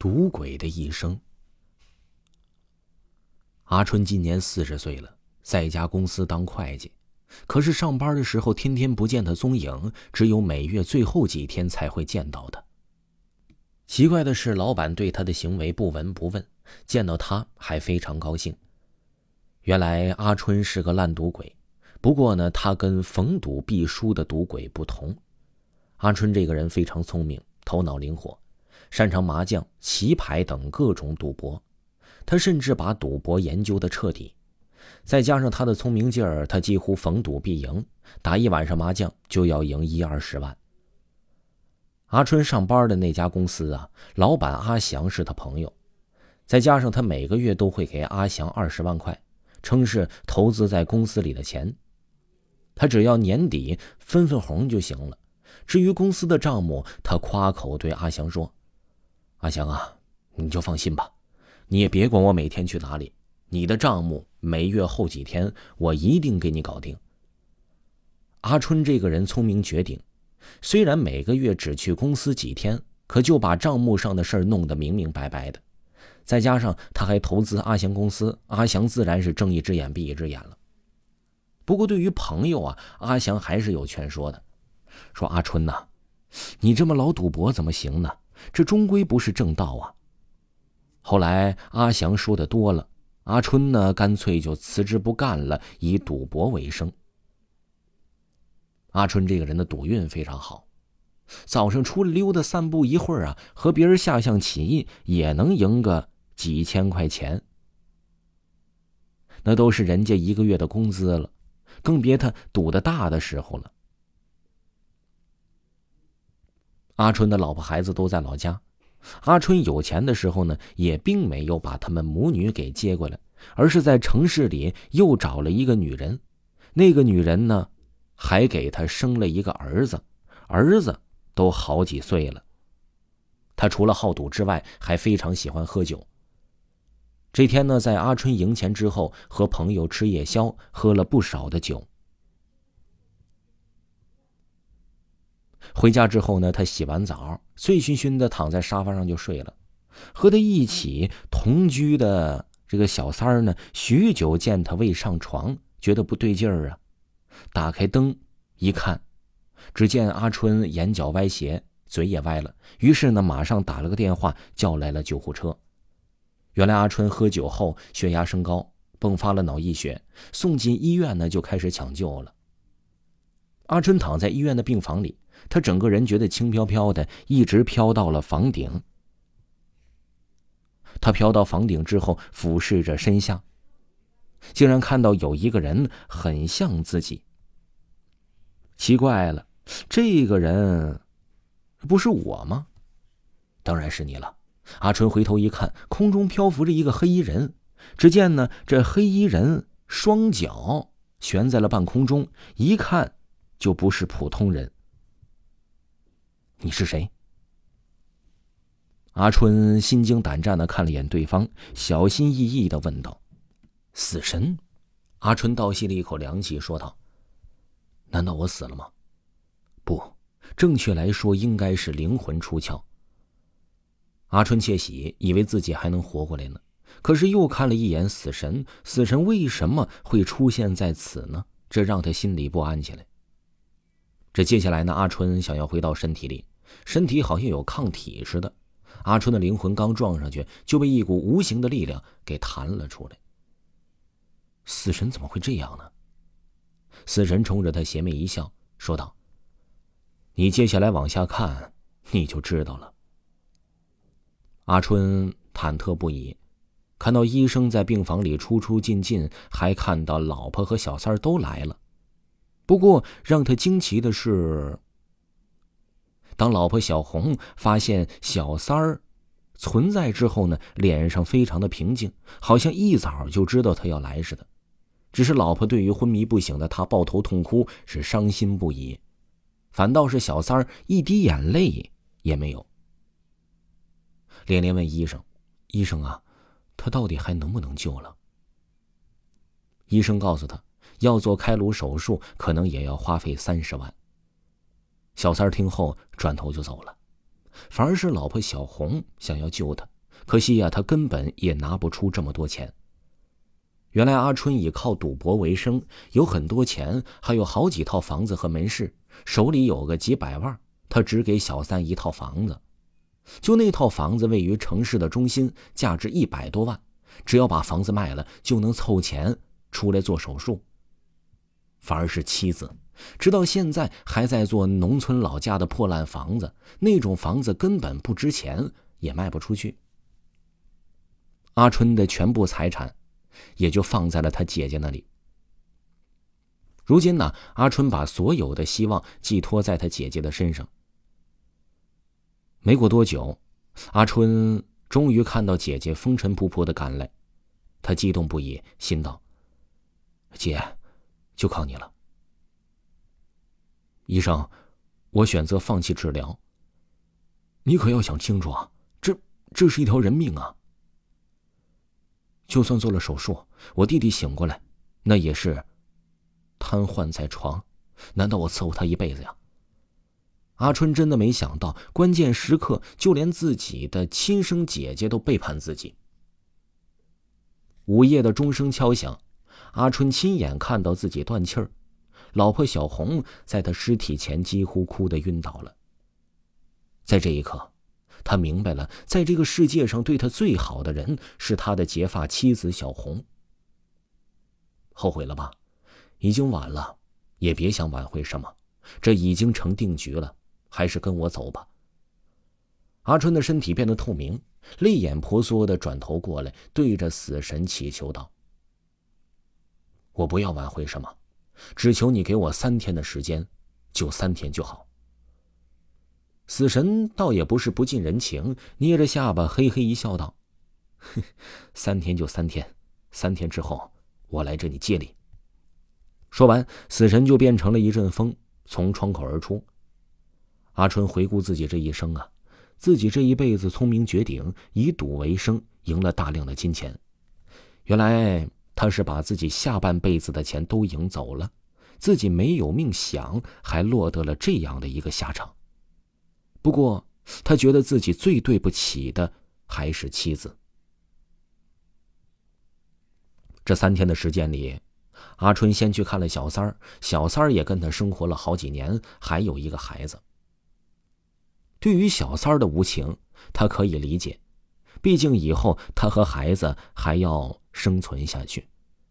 赌鬼的一生。阿春今年40岁了，在一家公司当会计，可是上班的时候天天不见他踪影，只有每月最后几天才会见到他。奇怪的是，老板对他的行为不闻不问，见到他还非常高兴。原来阿春是个烂赌鬼，不过呢，他跟逢赌必输的赌鬼不同。阿春这个人非常聪明，头脑灵活，擅长麻将、棋牌等各种赌博。他甚至把赌博研究得彻底，再加上他的聪明劲儿，他几乎逢赌必赢，打一晚上麻将就要赢10-20万。阿春上班的那家公司啊，老板阿祥是他朋友，再加上他每个月都会给阿祥20万块，称是投资在公司里的钱。他只要年底分红就行了。至于公司的账目，他夸口对阿祥说：“阿祥啊，你就放心吧，你也别管我每天去哪里，你的账目每月后几天我一定给你搞定。”阿春这个人聪明绝顶，虽然每个月只去公司几天，可就把账目上的事儿弄得明明白白的。再加上他还投资阿祥公司，阿祥自然是睁一只眼闭一只眼了。不过对于朋友啊，阿祥还是有劝说的，说：“阿春呐，你这么老赌博怎么行呢？这终归不是正道啊。”后来阿祥说的多了，阿春呢干脆就辞职不干了，以赌博为生。阿春这个人的赌运非常好，早上出来溜达散步一会儿啊，和别人下象棋也能赢个几千块钱，那都是人家1个月的工资了，更别他赌得大的时候了。阿春的老婆孩子都在老家，阿春有钱的时候呢，也并没有把他们母女给接过来，而是在城市里又找了一个女人。那个女人呢，还给他生了一个儿子，儿子都好几岁了。他除了好赌之外，还非常喜欢喝酒。这天呢，在阿春赢钱之后，和朋友吃夜宵，喝了不少的酒。回家之后呢，他洗完澡，醉醺醺的躺在沙发上就睡了。和他一起同居的这个小三儿呢，许久见他未上床，觉得不对劲儿啊，打开灯一看，只见阿春眼角歪斜，嘴也歪了，于是呢，马上打了个电话，叫来了救护车。原来阿春喝酒后血压升高，迸发了脑溢血，送进医院呢，就开始抢救了。阿春躺在医院的病房里，他整个人觉得轻飘飘的，一直飘到了房顶。他飘到房顶之后，俯视着身下，竟然看到有一个人很像自己。奇怪了，这个人不是我吗？当然是你了。阿春回头一看，空中漂浮着一个黑衣人。只见呢，这黑衣人双脚悬在了半空中，一看就不是普通人。你是谁？阿春心惊胆战地看了眼对方，小心翼翼地问道：“死神？”阿春倒吸了一口凉气，说道：“难道我死了吗？不，正确来说应该是灵魂出窍。”阿春窃喜，以为自己还能活过来呢，可是又看了一眼死神，死神为什么会出现在此呢？这让他心里不安起来。这接下来呢，阿春想要回到身体里，身体好像有抗体似的，阿春的灵魂刚撞上去，就被一股无形的力量给弹了出来。死神怎么会这样呢？死神冲着他邪魅一笑，说道：“你接下来往下看，你就知道了。”阿春忐忑不已，看到医生在病房里出出进进，还看到老婆和小三儿都来了。不过让他惊奇的是，当老婆小红发现小三儿存在之后呢，脸上非常的平静，好像一早就知道他要来似的。只是老婆对于昏迷不醒的他抱头痛哭，是伤心不已，反倒是小三儿一滴眼泪也没有。连连问医生：“医生啊，他到底还能不能救了？”医生告诉他，要做开颅手术，可能也要花费30万。小三儿听后转头就走了，反而是老婆小红想要救他， 可惜呀，他根本也拿不出这么多钱。原来阿春以靠赌博为生，有很多钱，还有好几套房子和门市，手里有个几百万，他只给小三一套房子。就那套房子位于城市的中心，价值100多万，只要把房子卖了，就能凑钱出来做手术。反而是妻子，直到现在还在做农村老家的破烂房子，那种房子根本不值钱，也卖不出去。阿春的全部财产也就放在了他姐姐那里。如今呢，阿春把所有的希望寄托在他姐姐的身上。没过多久，阿春终于看到姐姐风尘仆仆的赶来，他激动不已，心道：姐，就靠你了。医生，我选择放弃治疗。你可要想清楚啊，这是一条人命啊。就算做了手术，我弟弟醒过来，那也是瘫痪在床，难道我伺候他一辈子呀？阿春真的没想到，关键时刻就连自己的亲生姐姐都背叛自己。午夜的钟声敲响，阿春亲眼看到自己断气儿，老婆小红在他尸体前几乎哭得晕倒了。在这一刻，他明白了，在这个世界上对他最好的人是他的结发妻子小红。后悔了吧？已经晚了，也别想挽回什么，这已经成定局了，还是跟我走吧。阿春的身体变得透明，泪眼婆娑地转头过来，对着死神祈求道：我不要挽回什么，只求你给我3天的时间，就3天就好。死神倒也不是不近人情，捏着下巴嘿嘿一笑道：3天就3天，3天之后我来这里接你。说完，死神就变成了一阵风，从窗口而出。阿春回顾自己这一生啊，自己这一辈子聪明绝顶，以赌为生，赢了大量的金钱。原来他是把自己下半辈子的钱都赢走了，自己没有命享，还落得了这样的一个下场。不过他觉得自己最对不起的还是妻子。这3天的时间里，阿春先去看了小三儿，小三儿也跟他生活了好几年，还有一个孩子。对于小三儿的无情，他可以理解，毕竟以后他和孩子还要生存下去。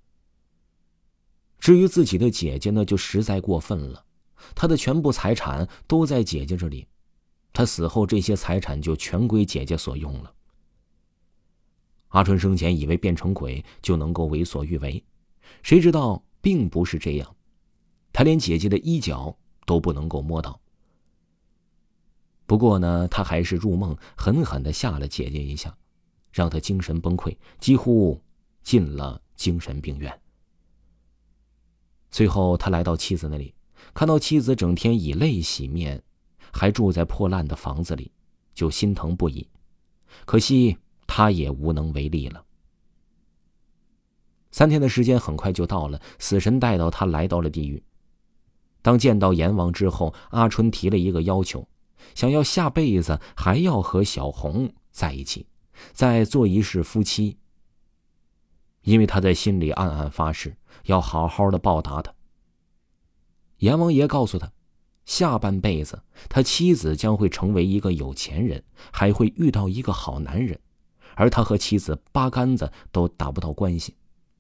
至于自己的姐姐呢，就实在过分了，他的全部财产都在姐姐这里，他死后这些财产就全归姐姐所用了。阿春生前以为变成鬼就能够为所欲为，谁知道并不是这样，他连姐姐的衣角都不能够摸到。不过呢，他还是入梦狠狠地吓了姐姐一下，让她精神崩溃，几乎进了精神病院。最后他来到妻子那里，看到妻子整天以泪洗面，还住在破烂的房子里，就心疼不已。可惜他也无能为力了。3天的时间很快就到了，死神带到他来到了地狱。当见到阎王之后，阿春提了一个要求，想要下辈子还要和小红在一起，再做一世夫妻。因为他在心里暗暗发誓，要好好的报答他。阎王爷告诉他，下半辈子他妻子将会成为一个有钱人，还会遇到一个好男人，而他和妻子八竿子都打不到关系。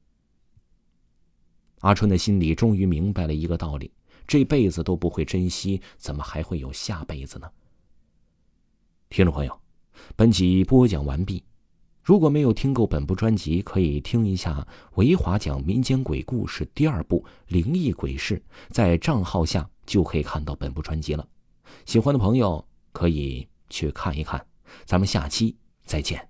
阿春的心里终于明白了一个道理，这辈子都不会珍惜，怎么还会有下辈子呢？听众朋友，本集播讲完毕。如果没有听够本部专辑，可以听一下维华讲民间鬼故事第2部灵异鬼事，在账号下就可以看到本部专辑了。喜欢的朋友可以去看一看，咱们下期再见。